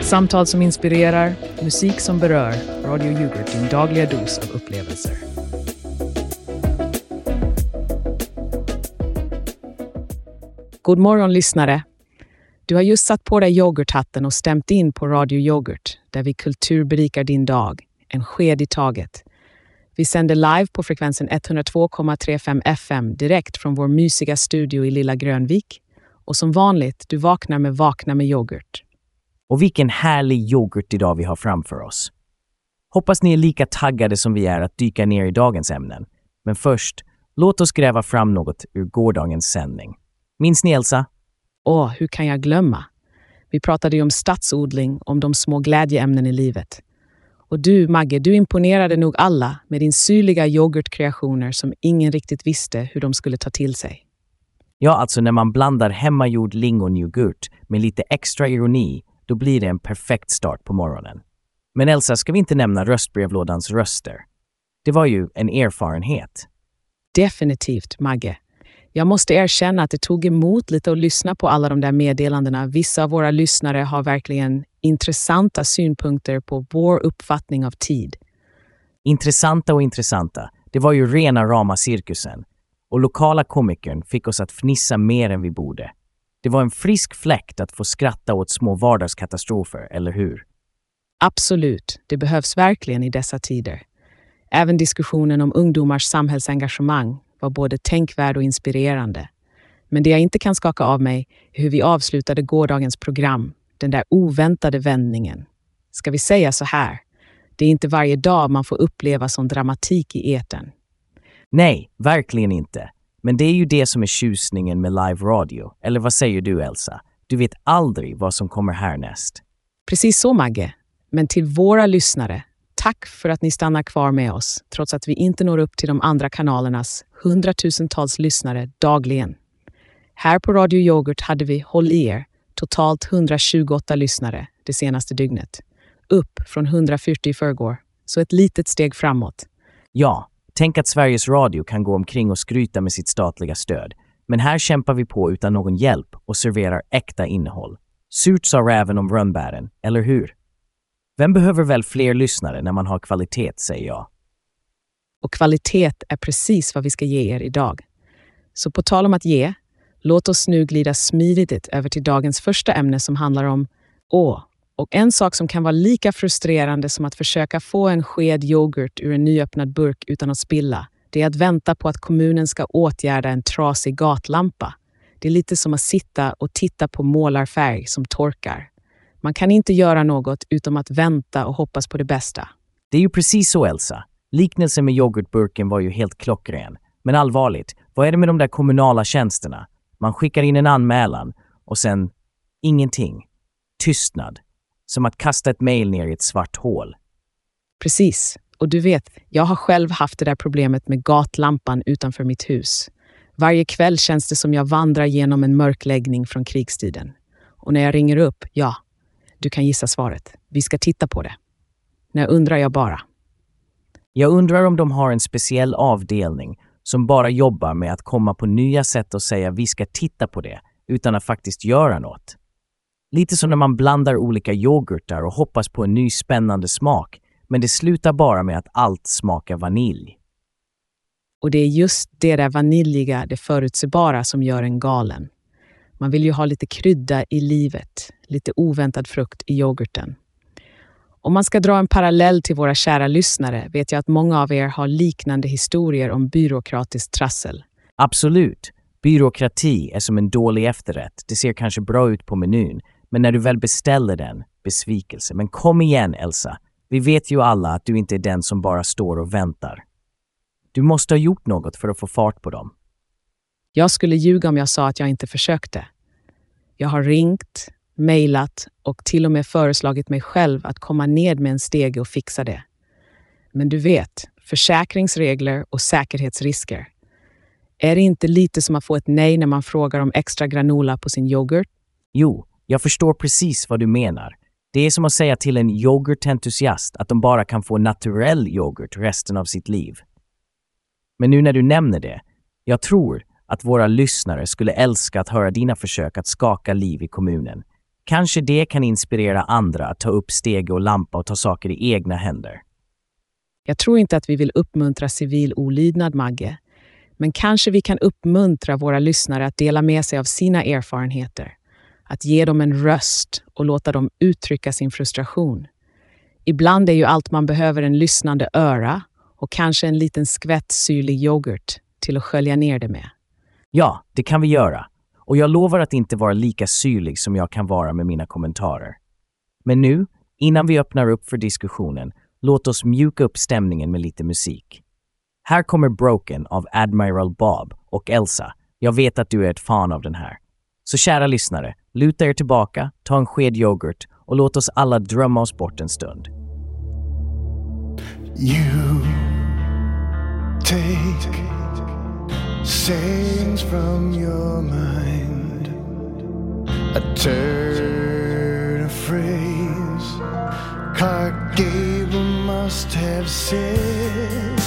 Samtal som inspirerar, musik som berör. Radio Yoghurt, din dagliga dos av upplevelser. God morgon lyssnare. Du har just satt på dig yoghurthatten och stämt in på Radio Yoghurt, där vi kulturberikar din dag, en sked i taget. Vi sänder live på frekvensen 102,35 FM direkt från vår mysiga studio i Lilla Grönvik. Och som vanligt, du vaknar med yoghurt. Och vilken härlig yoghurt idag vi har framför oss. Hoppas ni är lika taggade som vi är att dyka ner i dagens ämnen. Men först, låt oss gräva fram något ur gårdagens sändning. Minns ni Elsa? Hur kan jag glömma? Vi pratade ju om stadsodling, om de små glädjeämnen i livet. Och du, Magge, du imponerade nog alla med din syrliga yoghurtkreationer som ingen riktigt visste hur de skulle ta till sig. Ja, alltså när man blandar hemmagjord lingonyoghurt med lite extra ironi, då blir det en perfekt start på morgonen. Men Elsa, ska vi inte nämna röstbrevlådans röster? Det var ju en erfarenhet. Definitivt, Magge. Jag måste erkänna att det tog emot lite att lyssna på alla de där meddelandena. Vissa av våra lyssnare har verkligen intressanta synpunkter på vår uppfattning av tid. Intressanta. Det var ju rena rama cirkusen. Och lokala komikern fick oss att fnissa mer än vi borde. Det var en frisk fläkt att få skratta åt små vardagskatastrofer, eller hur? Absolut, det behövs verkligen i dessa tider. Även diskussionen om ungdomars samhällsengagemang var både tänkvärd och inspirerande. Men det jag inte kan skaka av mig är hur vi avslutade gårdagens program, den där oväntade vändningen. Ska vi säga så här? Det är inte varje dag man får uppleva sån dramatik i etern. Nej, verkligen inte. Men det är ju det som är tjusningen med live radio. Eller vad säger du, Elsa? Du vet aldrig vad som kommer härnäst. Precis så, Magge. Men till våra lyssnare, tack för att ni stannar kvar med oss, trots att vi inte når upp till de andra kanalernas 100,000-tals lyssnare dagligen. Här på Radio Yoghurt hade vi, håll i er, totalt 128 lyssnare det senaste dygnet. Upp från 140 i förrgår, så ett litet steg framåt. Ja, tänk att Sveriges Radio kan gå omkring och skryta med sitt statliga stöd. Men här kämpar vi på utan någon hjälp och serverar äkta innehåll. Surt sa räven om rönnbären, eller hur? Vem behöver väl fler lyssnare när man har kvalitet, säger jag. Och kvalitet är precis vad vi ska ge er idag. Så på tal om att ge, låt oss nu glida smidigt över till dagens första ämne som handlar om Och en sak som kan vara lika frustrerande som att försöka få en sked yoghurt ur en nyöppnad burk utan att spilla, det är att vänta på att kommunen ska åtgärda en trasig gatlampa. Det är lite som att sitta och titta på målarfärg som torkar. Man kan inte göra något utom att vänta och hoppas på det bästa. Det är ju precis så, Elsa. Liknelsen med yoghurtburken var ju helt klockren. Men allvarligt, vad är det med de där kommunala tjänsterna? Man skickar in en anmälan och sen ingenting. Tystnad. Som att kasta ett mejl ner i ett svart hål. Precis. Och du vet, jag har själv haft det där problemet med gatlampan utanför mitt hus. Varje kväll känns det som jag vandrar genom en mörkläggning från krigstiden. Och när jag ringer upp, du kan gissa svaret. Vi ska titta på det. När undrar jag bara. Jag undrar om de har en speciell avdelning som bara jobbar med att komma på nya sätt och säga vi ska titta på det utan att faktiskt göra något. Lite som när man blandar olika yoghurtar och hoppas på en ny spännande smak, men det slutar bara med att allt smakar vanilj. Och det är just det där vaniljiga, det förutsägbara som gör en galen. Man vill ju ha lite krydda i livet, lite oväntad frukt i yoghurten. Om man ska dra en parallell till våra kära lyssnare vet jag att många av er har liknande historier om byråkratiskt trassel. Absolut. Byråkrati är som en dålig efterrätt. Det ser kanske bra ut på menyn, men när du väl beställer den, besvikelse. Men kom igen, Elsa. Vi vet ju alla att du inte är den som bara står och väntar. Du måste ha gjort något för att få fart på dem. Jag skulle ljuga om jag sa att jag inte försökte. Jag har ringt, mejlat och till och med föreslagit mig själv att komma ned med en stege och fixa det. Men du vet, försäkringsregler och säkerhetsrisker. Är det inte lite som att få ett nej när man frågar om extra granola på sin yoghurt? Jo, jag förstår precis vad du menar. Det är som att säga till en yoghurtentusiast att de bara kan få naturell yoghurt resten av sitt liv. Men nu när du nämner det, jag tror att våra lyssnare skulle älska att höra dina försök att skaka liv i kommunen. Kanske det kan inspirera andra att ta upp steg och lampa och ta saker i egna händer. Jag tror inte att vi vill uppmuntra civil olydnad, Magge. Men kanske vi kan uppmuntra våra lyssnare att dela med sig av sina erfarenheter. Att ge dem en röst och låta dem uttrycka sin frustration. Ibland är ju allt man behöver en lyssnande öra och kanske en liten skvätt syrlig yoghurt till att skölja ner det med. Ja, det kan vi göra. Och jag lovar att inte vara lika syrlig som jag kan vara med mina kommentarer. Men nu, innan vi öppnar upp för diskussionen, låt oss mjuka upp stämningen med lite musik. Här kommer Broken av Admiral Bob och Elsa. Jag vet att du är ett fan av den här. Så kära lyssnare, luta er tillbaka, ta en sked yoghurt och låt oss alla drömma oss bort en stund. You take sayings from your mind, a turn of phrase Clark Gable must have said.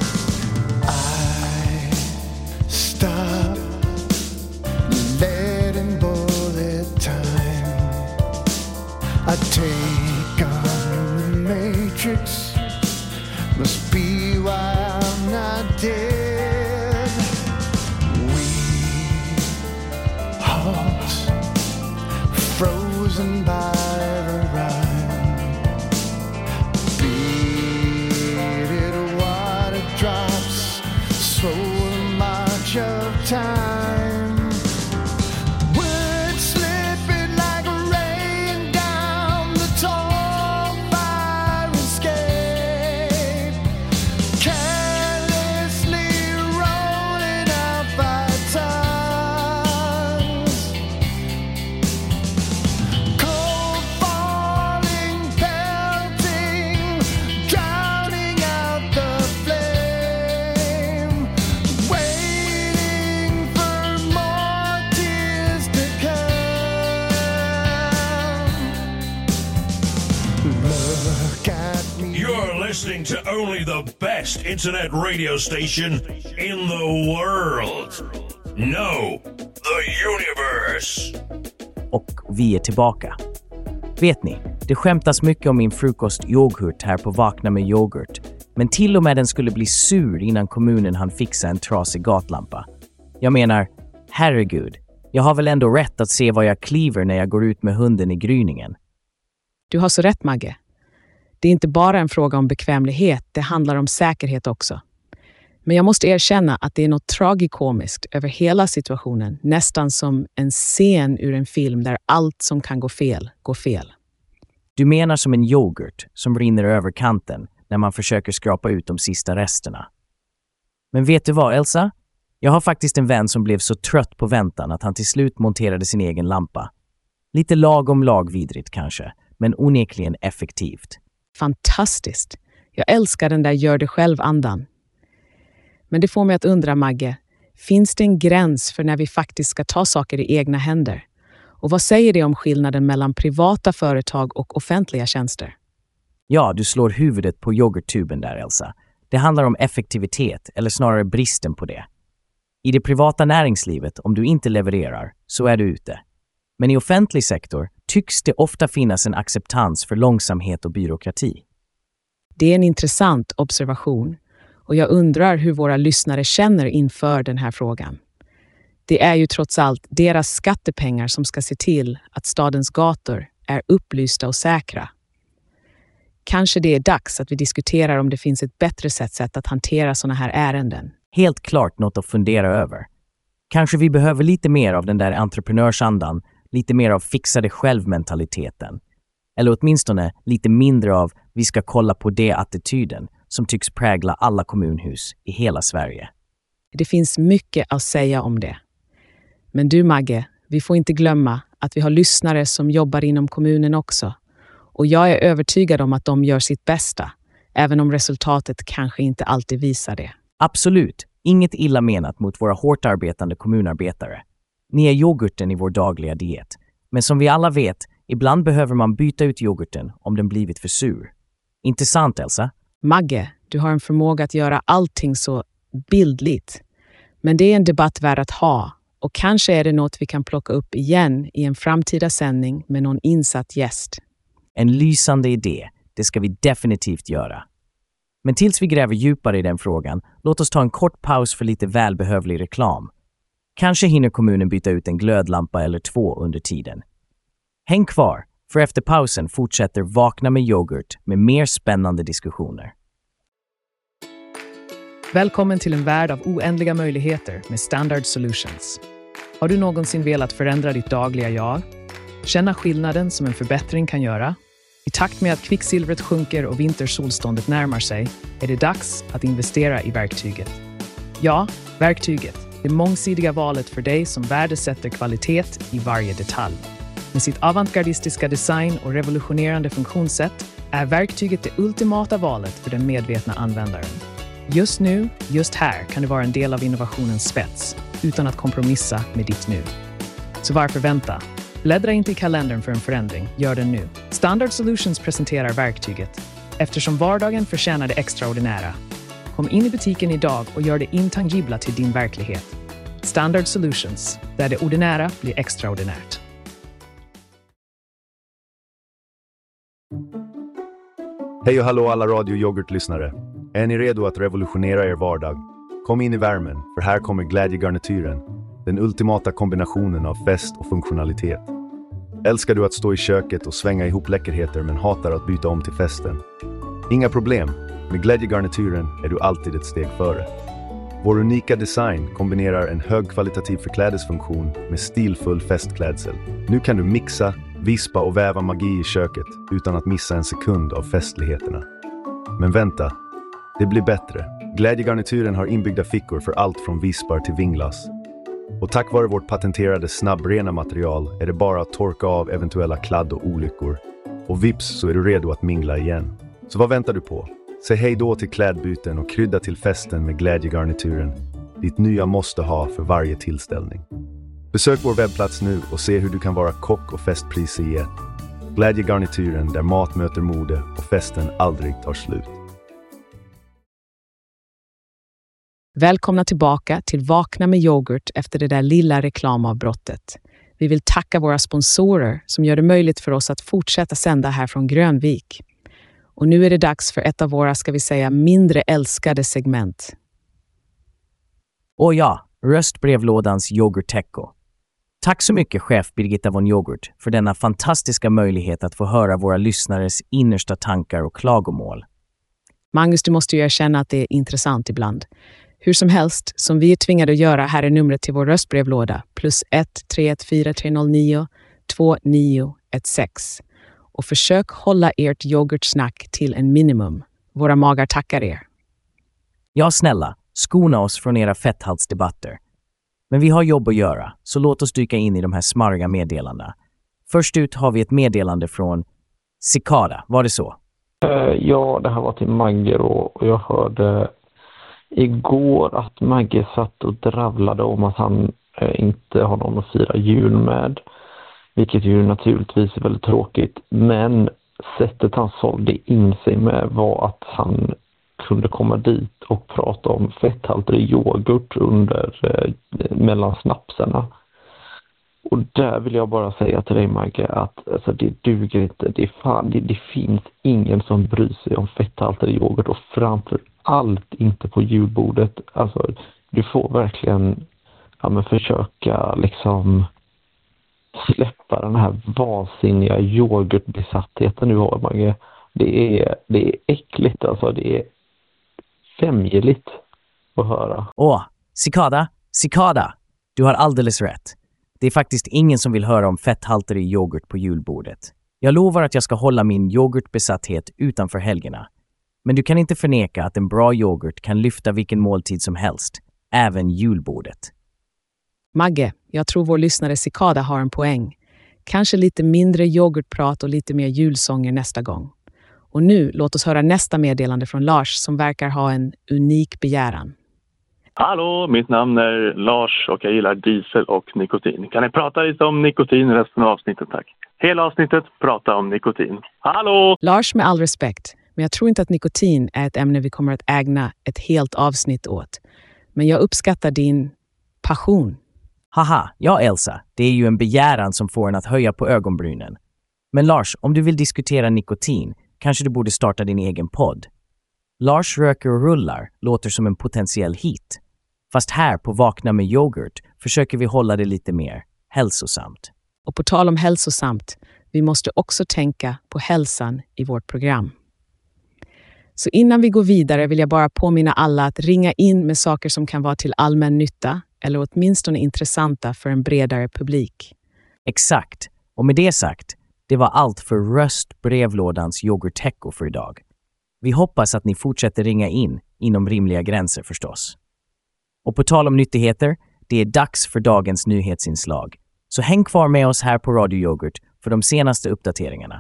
I stop letting bullet time. I take on the matrix. Must be why I'm not dead. We halt, frozen by the rime. Beaded water drops, slow march of time. Words slipping like rain down the tall fire escape. Carelessly rolling out by tongues. Cold falling, pelting, drowning out the flame. Waiting for more tears to come. Look at me. You're listening to only the best internet radio station in the world. No, the universe. Och vi är tillbaka. Vet ni, det skämtas mycket om min frukost yoghurt här på Vakna med yoghurt. Men till och med den skulle bli sur innan kommunen hann fixa en trasig gatlampa. Jag menar, herregud, jag har väl ändå rätt att se vad jag kliver när jag går ut med hunden i gryningen. Du har så rätt, Magge. Det är inte bara en fråga om bekvämlighet, det handlar om säkerhet också. Men jag måste erkänna att det är något tragikomiskt över hela situationen, nästan som en scen ur en film där allt som kan gå fel, går fel. Du menar som en yoghurt som rinner över kanten när man försöker skrapa ut de sista resterna. Men vet du vad, Elsa? Jag har faktiskt en vän som blev så trött på väntan att han till slut monterade sin egen lampa. Lite lagom lagvidrigt kanske, men onekligen effektivt. Fantastiskt. Jag älskar den där gör det själv-andan. Men det får mig att undra, Magge, finns det en gräns för när vi faktiskt ska ta saker i egna händer? Och vad säger det om skillnaden mellan privata företag och offentliga tjänster? Ja, du slår huvudet på yoghurttuben där, Elsa. Det handlar om effektivitet, eller snarare bristen på det. I det privata näringslivet, om du inte levererar, så är du ute. Men i offentlig sektor tycks det ofta finnas en acceptans för långsamhet och byråkrati. Det är en intressant observation och jag undrar hur våra lyssnare känner inför den här frågan. Det är ju trots allt deras skattepengar som ska se till att stadens gator är upplysta och säkra. Kanske det är dags att vi diskuterar om det finns ett bättre sätt att hantera sådana här ärenden. Helt klart något att fundera över. Kanske vi behöver lite mer av den där entreprenörsandan, lite mer av fixade självmentaliteten. Eller åtminstone lite mindre av vi ska kolla på det attityden som tycks prägla alla kommunhus i hela Sverige. Det finns mycket att säga om det. Men du, Magge, vi får inte glömma att vi har lyssnare som jobbar inom kommunen också. Och jag är övertygad om att de gör sitt bästa, även om resultatet kanske inte alltid visar det. Absolut, inget illa menat mot våra hårt arbetande kommunarbetare. Ni är yoghurten i vår dagliga diet. Men som vi alla vet, ibland behöver man byta ut yoghurten om den blivit för sur. Inte sant, Elsa? Magge, du har en förmåga att göra allting så bildligt. Men det är en debatt värd att ha, Och kanske är det något vi kan plocka upp igen i en framtida sändning med någon insatt gäst. En lysande idé, det ska vi definitivt göra. Men tills vi gräver djupare i den frågan, låt oss ta en kort paus för lite välbehövlig reklam. Kanske hinner kommunen byta ut en glödlampa eller 2 under tiden. Häng kvar, för efter pausen fortsätter Vakna med yoghurt med mer spännande diskussioner. Välkommen till en värld av oändliga möjligheter med Standard Solutions. Har du någonsin velat förändra ditt dagliga jag? Känna skillnaden som en förbättring kan göra? I takt med att kvicksilvret sjunker och vintersolståndet närmar sig är det dags att investera i verktyget. Ja, verktyget. Det mångsidiga valet för dig som värdesätter kvalitet i varje detalj. Med sitt avantgardistiska design och revolutionerande funktionssätt är verktyget det ultimata valet för den medvetna användaren. Just nu, just här kan det vara en del av innovationens spets, utan att kompromissa med ditt nu. Så varför vänta? Bläddra inte i kalendern för en förändring, gör den nu. Standard Solutions presenterar verktyget, eftersom vardagen förtjänar det extraordinära. Kom in i butiken idag och gör det intangibla till din verklighet. Standard Solutions, där det ordinära blir extraordinärt. Hej och hallå alla Radio Yoghurt-lyssnare. Är ni redo att revolutionera er vardag? Kom in i värmen, för här kommer glädjegarnityren. Den ultimata kombinationen av fest och funktionalitet. Älskar du att stå i köket och svänga ihop läckerheter men hatar att byta om till festen? Inga problem. Med glädjegarnityren är du alltid ett steg före. Vår unika design kombinerar en högkvalitativ förklädesfunktion med stilfull festklädsel. Nu kan du mixa, vispa och väva magi i köket utan att missa en sekund av festligheterna. Men vänta, det blir bättre. Glädjegarnityren har inbyggda fickor för allt från vispar till vinglas. Och tack vare vårt patenterade snabbrena material är det bara att torka av eventuella kladd och olyckor. Och vips så är du redo att mingla igen. Så vad väntar du på? Säg hej då till klädbyten och krydda till festen med glädjegarnityren. Ditt nya måste ha för varje tillställning. Besök vår webbplats nu och se hur du kan vara kock och festpris i ett. Glädjegarnityren där mat möter mode och festen aldrig tar slut. Välkomna tillbaka till Vakna med yoghurt efter det där lilla reklamavbrottet. Vi vill tacka våra sponsorer som gör det möjligt för oss att fortsätta sända här från Grönvik. Och nu är det dags för ett av våra, ska vi säga, mindre älskade segment. Och ja, röstbrevlådans yoghurt-techo. Tack så mycket chef Birgitta von Yoghurt för denna fantastiska möjlighet att få höra våra lyssnares innersta tankar och klagomål. Magnus, du måste ju erkänna att det är intressant ibland. Hur som helst, som vi är tvingade att göra, här är numret till vår röstbrevlåda. +1 314 309 2916. Och försök hålla ert yoghurtsnack till en minimum. Våra magar tackar er. Ja, snälla, skona oss från era fetthalsdebatter. Men vi har jobb att göra, så låt oss dyka in i de här smarriga meddelandena. Först ut har vi ett meddelande från Cicada, var det så? Ja, det här var till Magge och jag hörde igår att Magge satt och dravlade om att han inte har någon att fira jul med. Vilket ju naturligtvis är väldigt tråkigt. Men sättet han sålde in sig med var att han kunde komma dit och prata om fetthaltig yoghurt mellan snapsarna. Och där vill jag bara säga till dig, Magge, att alltså, det duger inte. Det finns ingen som bryr sig om fetthaltig yoghurt och framför allt inte på julbordet. Alltså, du får verkligen försöka liksom släppa den här vansinniga yoghurtbesattheten du har, Magge. Det är äckligt, alltså. Det är femjeligt att höra. Cicada, du har alldeles rätt. Det är faktiskt ingen som vill höra om fetthaltig yoghurt på julbordet. Jag lovar att jag ska hålla min yoghurtbesatthet utanför helgerna. Men du kan inte förneka att en bra yoghurt kan lyfta vilken måltid som helst, även julbordet. Magge, jag tror vår lyssnare Cicada har en poäng. Kanske lite mindre yoghurtprat och lite mer julsånger nästa gång. Och nu, låt oss höra nästa meddelande från Lars som verkar ha en unik begäran. Hallå, mitt namn är Lars och jag gillar diesel och nikotin. Kan ni prata lite om nikotin resten av avsnittet, tack? Hela avsnittet, prata om nikotin. Hallå! Lars, med all respekt, men jag tror inte att nikotin är ett ämne vi kommer att ägna ett helt avsnitt åt. Men jag uppskattar din passion. Haha, ja Elsa, det är ju en begäran som får en att höja på ögonbrynen. Men Lars, om du vill diskutera nikotin, kanske du borde starta din egen podd. Lars röker och rullar låter som en potentiell hit. Fast här på Vakna med yoghurt försöker vi hålla det lite mer hälsosamt. Och på tal om hälsosamt, vi måste också tänka på hälsan i vårt program. Så innan vi går vidare vill jag bara påminna alla att ringa in med saker som kan vara till allmän nytta eller åtminstone intressanta för en bredare publik. Exakt. Och med det sagt, det var allt för röstbrevlådans yoghurtecko för idag. Vi hoppas att ni fortsätter ringa in inom rimliga gränser förstås. Och på tal om nyttigheter, det är dags för dagens nyhetsinslag. Så häng kvar med oss här på Radio Yoghurt för de senaste uppdateringarna.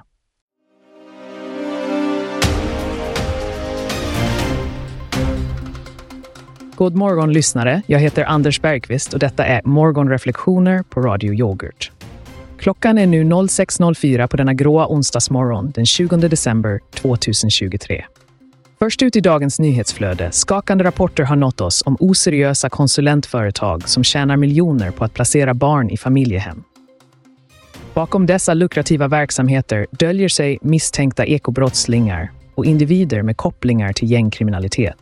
God morgon lyssnare, jag heter Anders Bergqvist och detta är Morgonreflektioner på Radio Yoghurt. Klockan är nu 06.04 på denna gråa onsdagsmorgon den 20 december 2023. Först ut i dagens nyhetsflöde, skakande rapporter har nått oss om oseriösa konsulentföretag som tjänar miljoner på att placera barn i familjehem. Bakom dessa lukrativa verksamheter döljer sig misstänkta ekobrottslingar och individer med kopplingar till gängkriminalitet.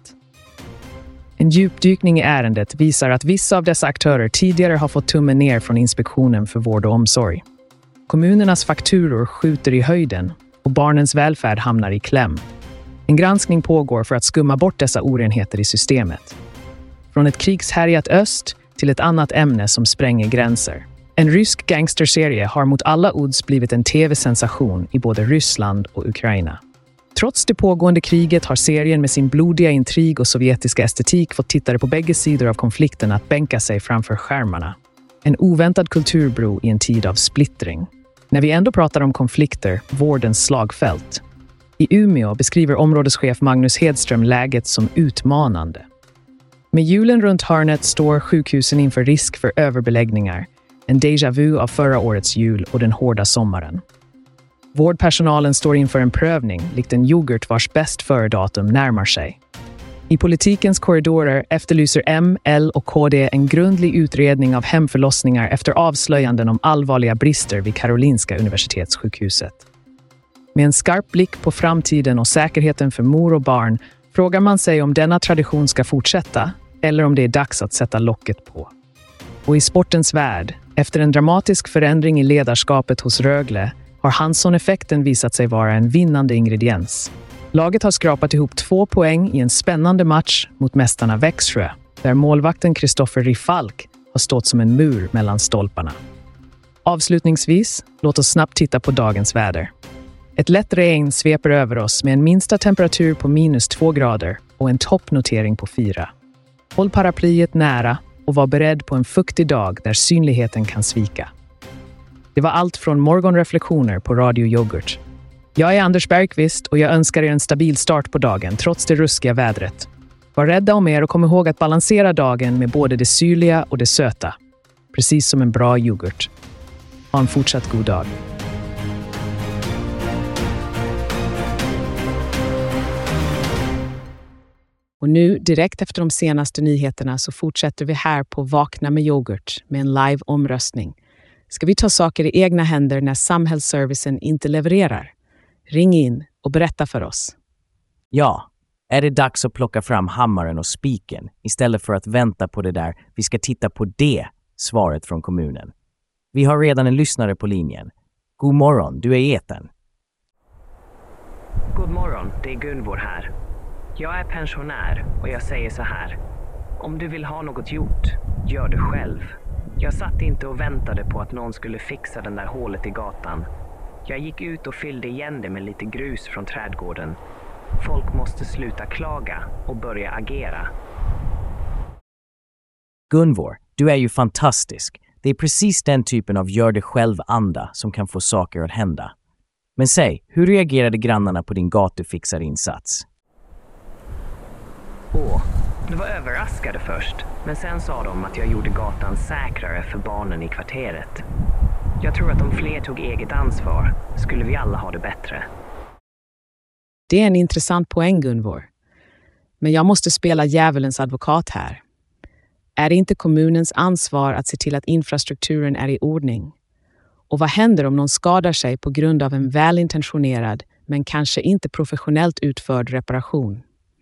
En djupdykning i ärendet visar att vissa av dessa aktörer tidigare har fått tummen ner från Inspektionen för vård och omsorg. Kommunernas fakturor skjuter i höjden och barnens välfärd hamnar i kläm. En granskning pågår för att skumma bort dessa orenheter i systemet. Från ett krigshärjat öst till ett annat ämne som spränger gränser. En rysk gangsterserie har mot alla odds blivit en tv-sensation i både Ryssland och Ukraina. Trots det pågående kriget har serien med sin blodiga intrig och sovjetiska estetik fått tittare på bägge sidor av konflikten att bänka sig framför skärmarna. En oväntad kulturbro i en tid av splittring. När vi ändå pratar om konflikter, vårdens slagfält. I Umeå beskriver områdeschef Magnus Hedström läget som utmanande. Med julen runt hörnet står sjukhusen inför risk för överbeläggningar. En déjà vu av förra årets jul och den hårda sommaren. Vårdpersonalen står inför en prövning, likt en yoghurt vars bäst före-datum närmar sig. I politikens korridorer efterlyser M, L och KD en grundlig utredning av hemförlossningar efter avslöjanden om allvarliga brister vid Karolinska universitetssjukhuset. Med en skarp blick på framtiden och säkerheten för mor och barn frågar man sig om denna tradition ska fortsätta eller om det är dags att sätta locket på. Och i sportens värld, efter en dramatisk förändring i ledarskapet hos Rögle, har Hansson-effekten visat sig vara en vinnande ingrediens. Laget har skrapat ihop 2 poäng i en spännande match mot mästarna Växjö, där målvakten Kristoffer Rifalk har stått som en mur mellan stolparna. Avslutningsvis, låt oss snabbt titta på dagens väder. Ett lätt regn sveper över oss med en minsta temperatur på -2 grader och en toppnotering på 4. Håll paraplyet nära och var beredd på en fuktig dag där synligheten kan svika. Det var allt från Morgonreflektioner på Radio Yoghurt. Jag är Anders Bergqvist och jag önskar er en stabil start på dagen trots det ruskiga vädret. Var rädda om er och kom ihåg att balansera dagen med både det syrliga och det söta. Precis som en bra yoghurt. Ha en fortsatt god dag. Och nu, direkt efter de senaste nyheterna, så fortsätter vi här på Vakna med yoghurt med en live-omröstning. Ska vi ta saker i egna händer när samhällsservicen inte levererar? Ring in och berätta för oss. Ja, är det dags att plocka fram hammaren och spiken istället för att vänta på det där vi ska titta på det svaret från kommunen. Vi har redan en lyssnare på linjen. God morgon, du är i etern. God morgon, det är Gunvor här. Jag är pensionär och jag säger så här. Om du vill ha något gjort, gör det själv. Jag satt inte och väntade på att någon skulle fixa den där hålet i gatan. Jag gick ut och fyllde igen det med lite grus från trädgården. Folk måste sluta klaga och börja agera. Gunvor, du är ju fantastisk. Det är precis den typen av gör det själv-anda som kan få saker att hända. Men säg, hur reagerade grannarna på din gatufixarinsats? De var överraskade först, men sen sa de att jag gjorde gatan säkrare för barnen i kvarteret. Jag tror att om fler tog eget ansvar skulle vi alla ha det bättre. Det är en intressant poäng, Gunvor. Men jag måste spela djävulens advokat här. Är det inte kommunens ansvar att se till att infrastrukturen är i ordning? Och vad händer om någon skadar sig på grund av en välintentionerad men kanske inte professionellt utförd reparation?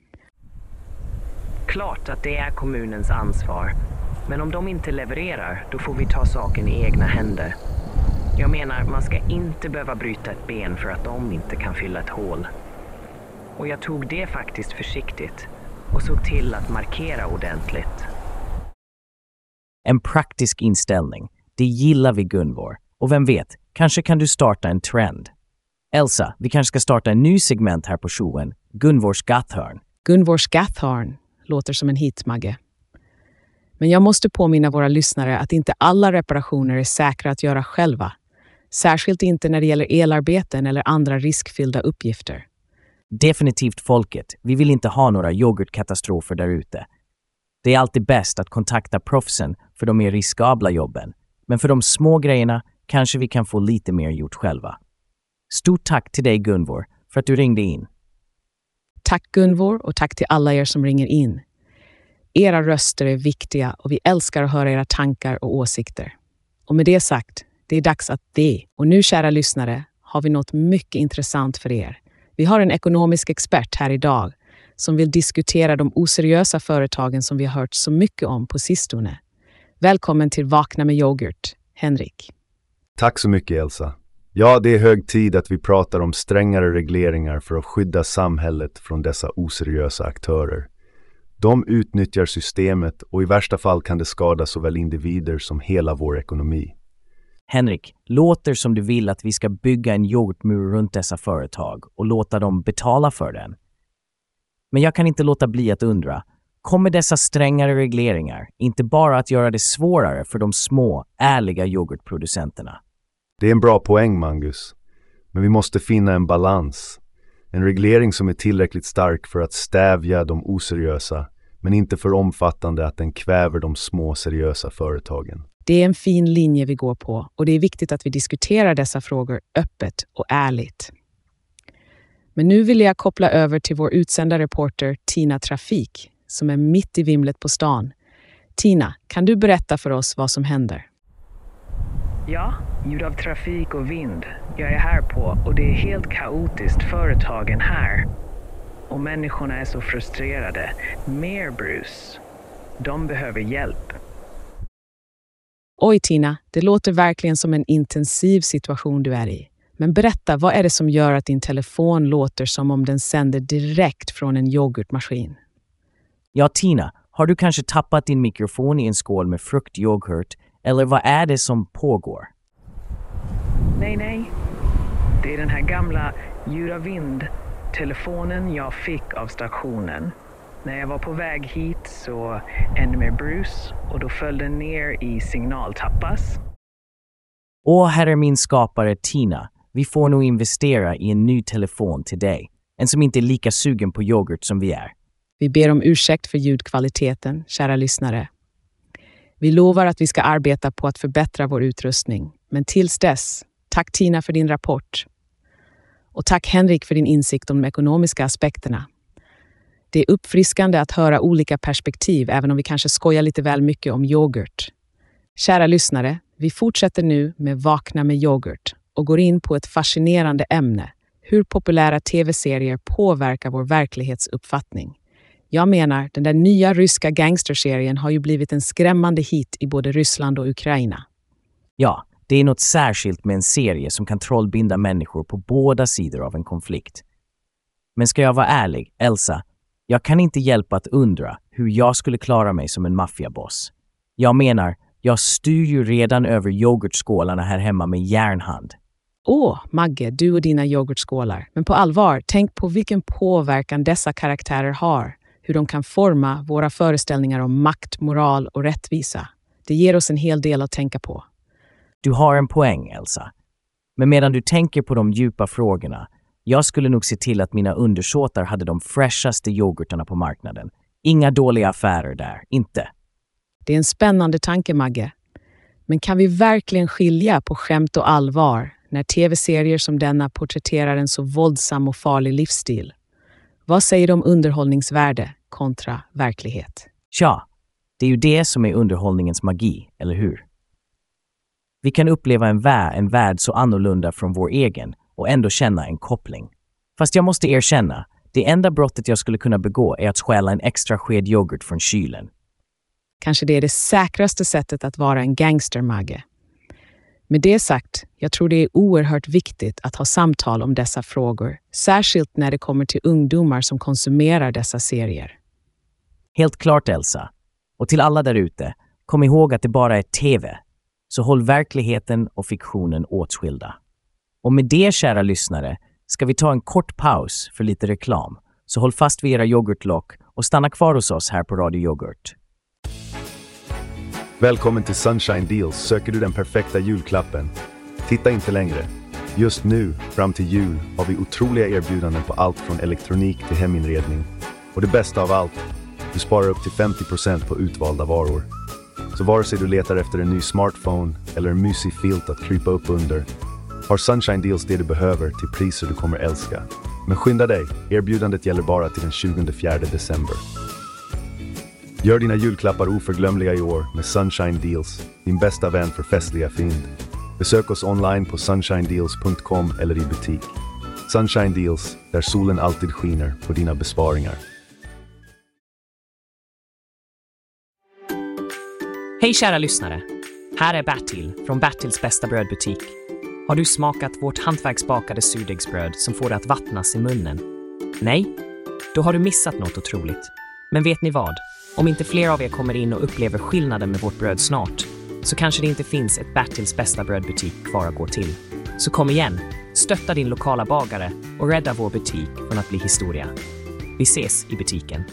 Klart att det är kommunens ansvar. Men om de inte levererar, då får vi ta saken i egna händer. Jag menar, man ska inte behöva bryta ett ben för att de inte kan fylla ett hål. Och jag tog det faktiskt försiktigt och såg till att markera ordentligt. En praktisk inställning. Det gillar vi, Gunvor. Och vem vet, kanske kan du starta en trend. Elsa, vi kanske ska starta en ny segment här på showen. Gunvors Gathörn. Gunvors Gathörn låter som en hit, Magge. Men jag måste påminna våra lyssnare att inte alla reparationer är säkra att göra själva. Särskilt inte när det gäller elarbeten eller andra riskfyllda uppgifter. Definitivt folket. Vi vill inte ha några yoghurtkatastrofer där ute. Det är alltid bäst att kontakta proffsen för de mer riskabla jobben. Men för de små grejerna kanske vi kan få lite mer gjort själva. Stort tack till dig, Gunvor, för att du ringde in. Tack Gunvor och tack till alla er som ringer in. Era röster är viktiga och vi älskar att höra era tankar och åsikter. Och med det sagt, det är dags att Och nu, kära lyssnare, har vi något mycket intressant för er. Vi har en ekonomisk expert här idag som vill diskutera de oseriösa företagen som vi har hört så mycket om på sistone. Välkommen till Vakna med yoghurt, Henrik. Tack så mycket, Elsa. Ja, det är hög tid att vi pratar om strängare regleringar för att skydda samhället från dessa oseriösa aktörer. De utnyttjar systemet och i värsta fall kan det skada såväl individer som hela vår ekonomi. Henrik, låter som du vill att vi ska bygga en yoghurtmur runt dessa företag och låta dem betala för den. Men jag kan inte låta bli att undra, kommer dessa strängare regleringar inte bara att göra det svårare för de små, ärliga yoghurtproducenterna? Det är en bra poäng, Mangus. Men vi måste finna en balans. En reglering som är tillräckligt stark för att stävja de oseriösa, men inte för omfattande att den kväver de små seriösa företagen. Det är en fin linje vi går på och det är viktigt att vi diskuterar dessa frågor öppet och ärligt. Men nu vill jag koppla över till vår utsända reporter Tina Trafik som är mitt i vimlet på stan. Tina, kan du berätta för oss vad som händer? Ja, ljud av trafik och vind. Jag är här på och det är helt kaotiskt företagen här. Och människorna är så frustrerade. Mer brus. De behöver hjälp. Oj Tina, det låter verkligen som en intensiv situation du är i. Men berätta, vad är det som gör att din telefon låter som om den sänder direkt från en yoghurtmaskin? Ja, Tina, har du kanske tappat din mikrofon i en skål med fruktyoghurt? Eller vad är det som pågår? Nej. Det är den här gamla ljud av vind-telefonen jag fick av stationen. När jag var på väg hit så ännu mer brus och då föll den ner i signaltappas. Åh, här är min skapare Tina. Vi får nog investera i en ny telefon till dig. En som inte är lika sugen på yoghurt som vi är. Vi ber om ursäkt för ljudkvaliteten, kära lyssnare. Vi lovar att vi ska arbeta på att förbättra vår utrustning. Men tills dess, tack Tina för din rapport. Och tack Henrik för din insikt om de ekonomiska aspekterna. Det är uppfriskande att höra olika perspektiv även om vi kanske skojar lite väl mycket om yoghurt. Kära lyssnare, vi fortsätter nu med Vakna med yoghurt och går in på ett fascinerande ämne. Hur populära tv-serier påverkar vår verklighetsuppfattning. Jag menar, den där nya ryska gangsterserien har ju blivit en skrämmande hit i både Ryssland och Ukraina. Ja, det är något särskilt med en serie som kan trollbinda människor på båda sidor av en konflikt. Men ska jag vara ärlig, Elsa, jag kan inte hjälpa att undra hur jag skulle klara mig som en maffiaboss. Jag menar, jag styr ju redan över yoghurtskålarna här hemma med järnhand. Magge, du och dina yoghurtskålar. Men på allvar, tänk på vilken påverkan dessa karaktärer har. Hur de kan forma våra föreställningar om makt, moral och rättvisa. Det ger oss en hel del att tänka på. Du har en poäng, Elsa. Men medan du tänker på de djupa frågorna, jag skulle nog se till att mina undersåtar hade de fräschaste yoghurtarna på marknaden. Inga dåliga affärer där, inte. Det är en spännande tanke, Magge. Men kan vi verkligen skilja på skämt och allvar när tv-serier som denna porträtterar en så våldsam och farlig livsstil? Vad säger de om underhållningsvärde kontra verklighet? Tja, Det är ju det som är underhållningens magi, eller hur? Vi kan uppleva en värld så annorlunda från vår egen och ändå känna en koppling. Fast jag måste erkänna, det enda brottet jag skulle kunna begå är att stjäla en extra sked yoghurt från kylen. Kanske det är det säkraste sättet att vara en gangster, Magge. Med det sagt, jag tror det är oerhört viktigt att ha samtal om dessa frågor, särskilt när det kommer till ungdomar som konsumerar dessa serier. Helt klart, Elsa. Och till alla där ute, kom ihåg att det bara är TV. Så håll verkligheten och fiktionen åtskilda. Och med det, kära lyssnare, ska vi ta en kort paus för lite reklam. Så håll fast vid era yoghurtlock och stanna kvar hos oss här på Radio Yoghurt. Välkommen till Sunshine Deals. Söker du den perfekta julklappen? Titta inte längre. Just nu, fram till jul, har vi otroliga erbjudanden på allt från elektronik till heminredning. Och det bästa av allt, du sparar upp till 50% på utvalda varor. Så vare sig du letar efter en ny smartphone eller en mysig filt att krypa upp under, har Sunshine Deals det du behöver till priser du kommer älska. Men skynda dig, erbjudandet gäller bara till den 24 december. Gör dina julklappar oförglömliga i år med Sunshine Deals, din bästa vän för festliga fynd. Besök oss online på sunshinedeals.com eller i butik. Sunshine Deals, där solen alltid skiner på dina besparingar. Hej kära lyssnare! Här är Bertil från Bertils bästa brödbutik. Har du smakat vårt hantverksbakade surdegsbröd som får det att vattnas i munnen? Nej? Då har du missat något otroligt. Men vet ni vad? Om inte fler av er kommer in och upplever skillnaden med vårt bröd snart, så kanske det inte finns ett Bertils bästa brödbutik kvar att gå till. Så kom igen, stötta din lokala bagare och rädda vår butik från att bli historia. Vi ses i butiken.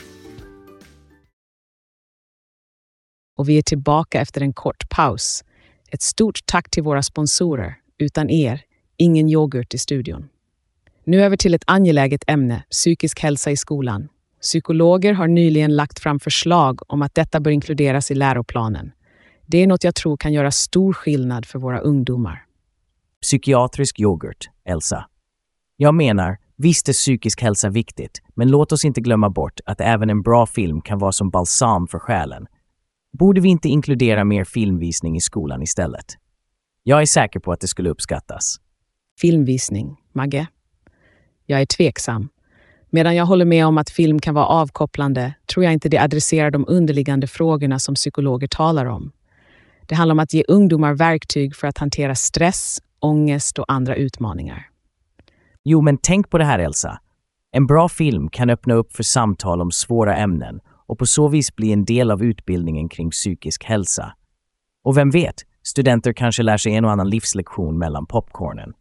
Och vi är tillbaka efter en kort paus. Ett stort tack till våra sponsorer. Utan er, ingen yoghurt i studion. Nu över till ett angeläget ämne, psykisk hälsa i skolan. Psykologer har nyligen lagt fram förslag om att detta bör inkluderas i läroplanen. Det är något jag tror kan göra stor skillnad för våra ungdomar. Psykiatrisk yoghurt, Elsa. Jag menar, visst är psykisk hälsa viktigt, men låt oss inte glömma bort att även en bra film kan vara som balsam för själen. Borde vi inte inkludera mer filmvisning i skolan istället? Jag är säker på att det skulle uppskattas. Filmvisning, Magge? Jag är tveksam. Medan jag håller med om att film kan vara avkopplande, tror jag inte det adresserar de underliggande frågorna som psykologer talar om. Det handlar om att ge ungdomar verktyg för att hantera stress, ångest och andra utmaningar. Jo, men tänk på det här, Elsa. En bra film kan öppna upp för samtal om svåra ämnen och på så vis bli en del av utbildningen kring psykisk hälsa. Och vem vet, studenter kanske lär sig en och annan livslektion mellan popcornen.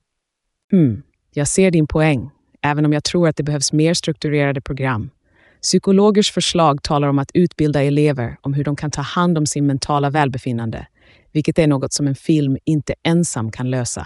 Jag ser din poäng, även om jag tror att det behövs mer strukturerade program. Psykologers förslag talar om att utbilda elever om hur de kan ta hand om sin mentala välbefinnande, vilket är något som en film inte ensam kan lösa.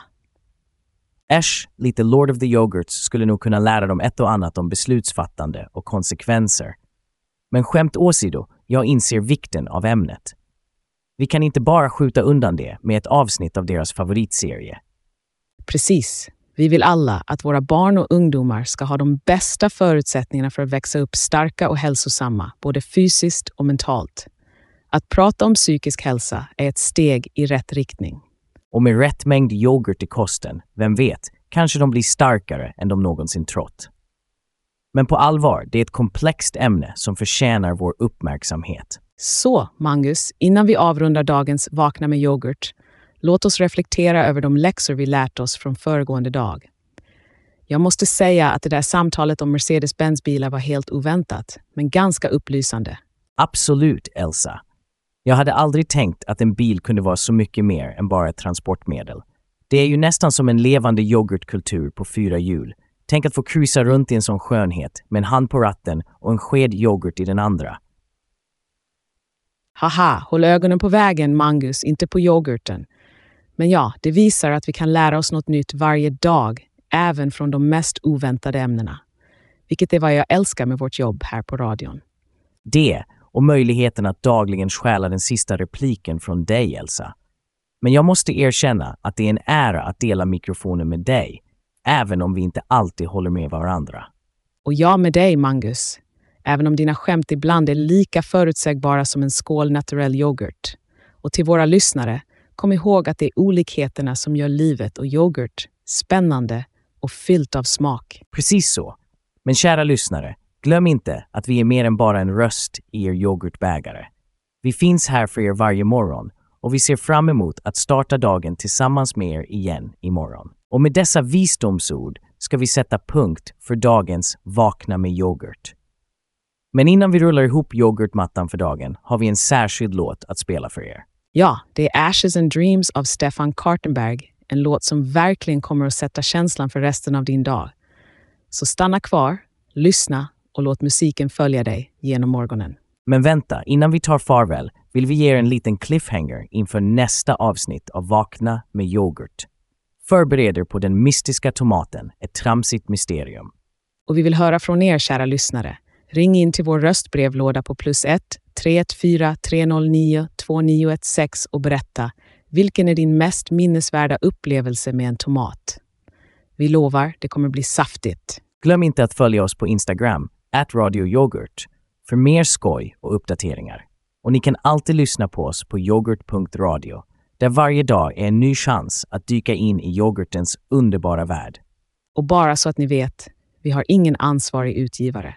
Lite Lord of the Yoghurts skulle nog kunna lära dem ett och annat om beslutsfattande och konsekvenser. Men skämt åsido, jag inser vikten av ämnet. Vi kan inte bara skjuta undan det med ett avsnitt av deras favoritserie. Precis. Vi vill alla att våra barn och ungdomar ska ha de bästa förutsättningarna för att växa upp starka och hälsosamma, både fysiskt och mentalt. Att prata om psykisk hälsa är ett steg i rätt riktning. Och med rätt mängd yoghurt i kosten, vem vet, kanske de blir starkare än de någonsin trott. Men på allvar, det är ett komplext ämne som förtjänar vår uppmärksamhet. Så, Mangus, innan vi avrundar dagens Vakna med yoghurt, låt oss reflektera över de läxor vi lärt oss från föregående dag. Jag måste säga att det där samtalet om Mercedes-Benz-bilar var helt oväntat, men ganska upplysande. Absolut, Elsa. Jag hade aldrig tänkt att en bil kunde vara så mycket mer än bara ett transportmedel. Det är ju nästan som en levande yoghurtkultur på 4 hjul. Tänk att få cruisa runt i en sån skönhet med en hand på ratten och en sked yoghurt i den andra. Haha, håll ögonen på vägen, Mangus, inte på yoghurten. Men ja, det visar att vi kan lära oss något nytt varje dag, även från de mest oväntade ämnena. Vilket är vad jag älskar med vårt jobb här på radion. Det och möjligheten att dagligen stjäla den sista repliken från dig, Elsa. Men jag måste erkänna att det är en ära att dela mikrofonen med dig, även om vi inte alltid håller med varandra. Och jag med dig, Mangus. även om dina skämt ibland är lika förutsägbara som en skål naturell yoghurt. Och till våra lyssnare, kom ihåg att det är olikheterna som gör livet och yoghurt spännande och fyllt av smak. Precis så. Men kära lyssnare, glöm inte att vi är mer än bara en röst i er yoghurtbägare. Vi finns här för er varje morgon och vi ser fram emot att starta dagen tillsammans med er igen imorgon. Och med dessa visdomsord ska vi sätta punkt för dagens Vakna med yoghurt. Men innan vi rullar ihop yoghurtmattan för dagen har vi en särskild låt att spela för er. Ja, det är Ashes and Dreams av Stefan Kartenberg, en låt som verkligen kommer att sätta känslan för resten av din dag. Så stanna kvar, lyssna och låt musiken följa dig genom morgonen. Men vänta, innan vi tar farväl vill vi ge er en liten cliffhanger inför nästa avsnitt av Vakna med yoghurt. Förbered er på den mystiska tomaten, ett tramsigt mysterium. Och vi vill höra från er, kära lyssnare. Ring in till vår röstbrevlåda på +1 314 309 2916 och berätta vilken är din mest minnesvärda upplevelse med en tomat. Vi lovar, det kommer bli saftigt. Glöm inte att följa oss på Instagram, @radioyoghurt, för mer skoj och uppdateringar. Och ni kan alltid lyssna på oss på yoghurt.radio, där varje dag är en ny chans att dyka in i yoghurtens underbara värld. Och bara så att ni vet, vi har ingen ansvarig utgivare.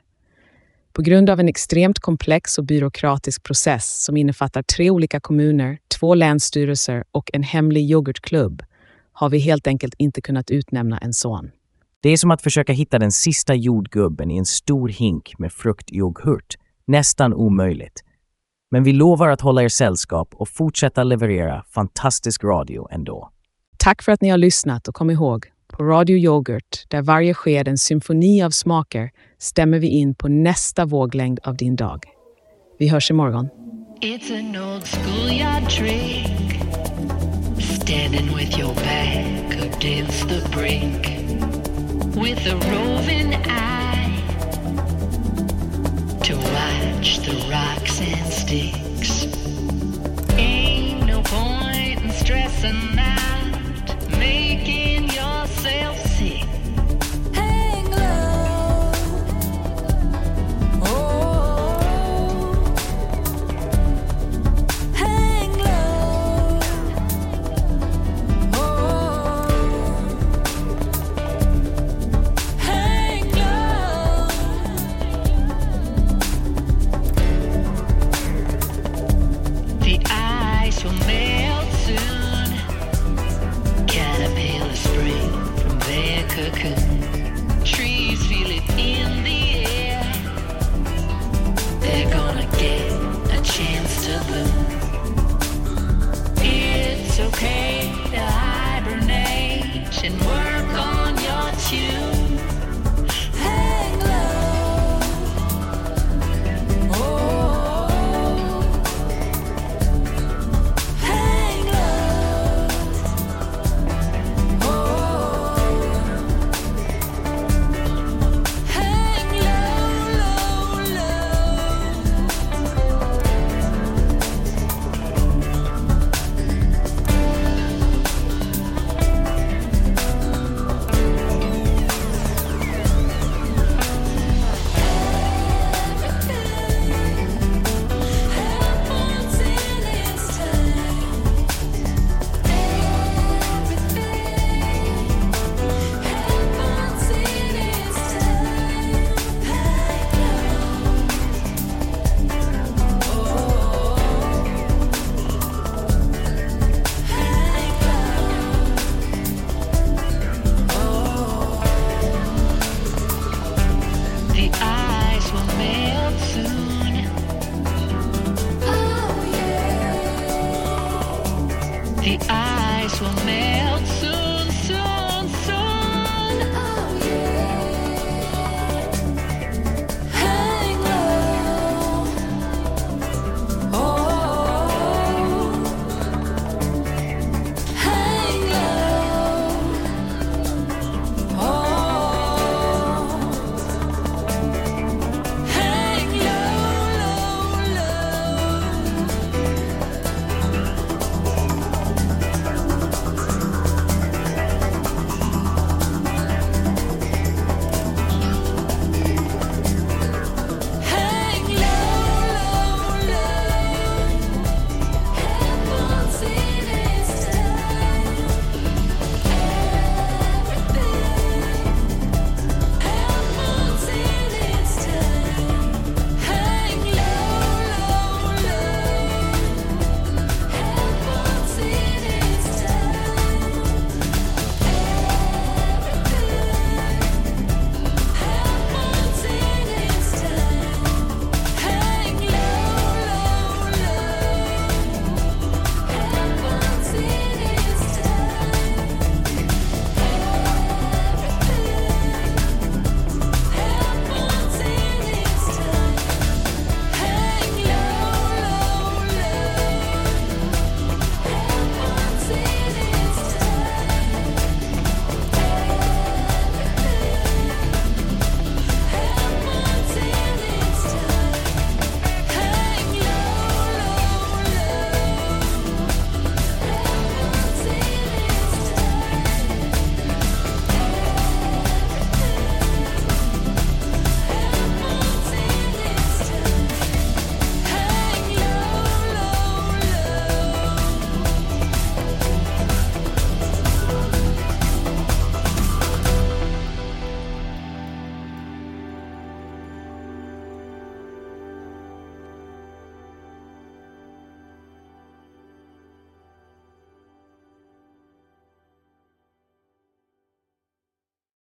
På grund av en extremt komplex och byråkratisk process som innefattar 3 olika kommuner, 2 länsstyrelser och en hemlig yoghurtklubb har vi helt enkelt inte kunnat utnämna en son. Det är som att försöka hitta den sista jordgubben i en stor hink med fruktyoghurt. Nästan omöjligt. Men vi lovar att hålla er sällskap och fortsätta leverera fantastisk radio ändå. Tack för att ni har lyssnat och kom ihåg, på Radio Yoghurt, där varje sked en symfoni av smaker, stämmer vi in på nästa våglängd av din dag. Vi hörs imorgon. It's an old schoolyard trick, standing with your back against the brick, with a roving eye to watch the rocks and sticks. Ain't no point in stressing now.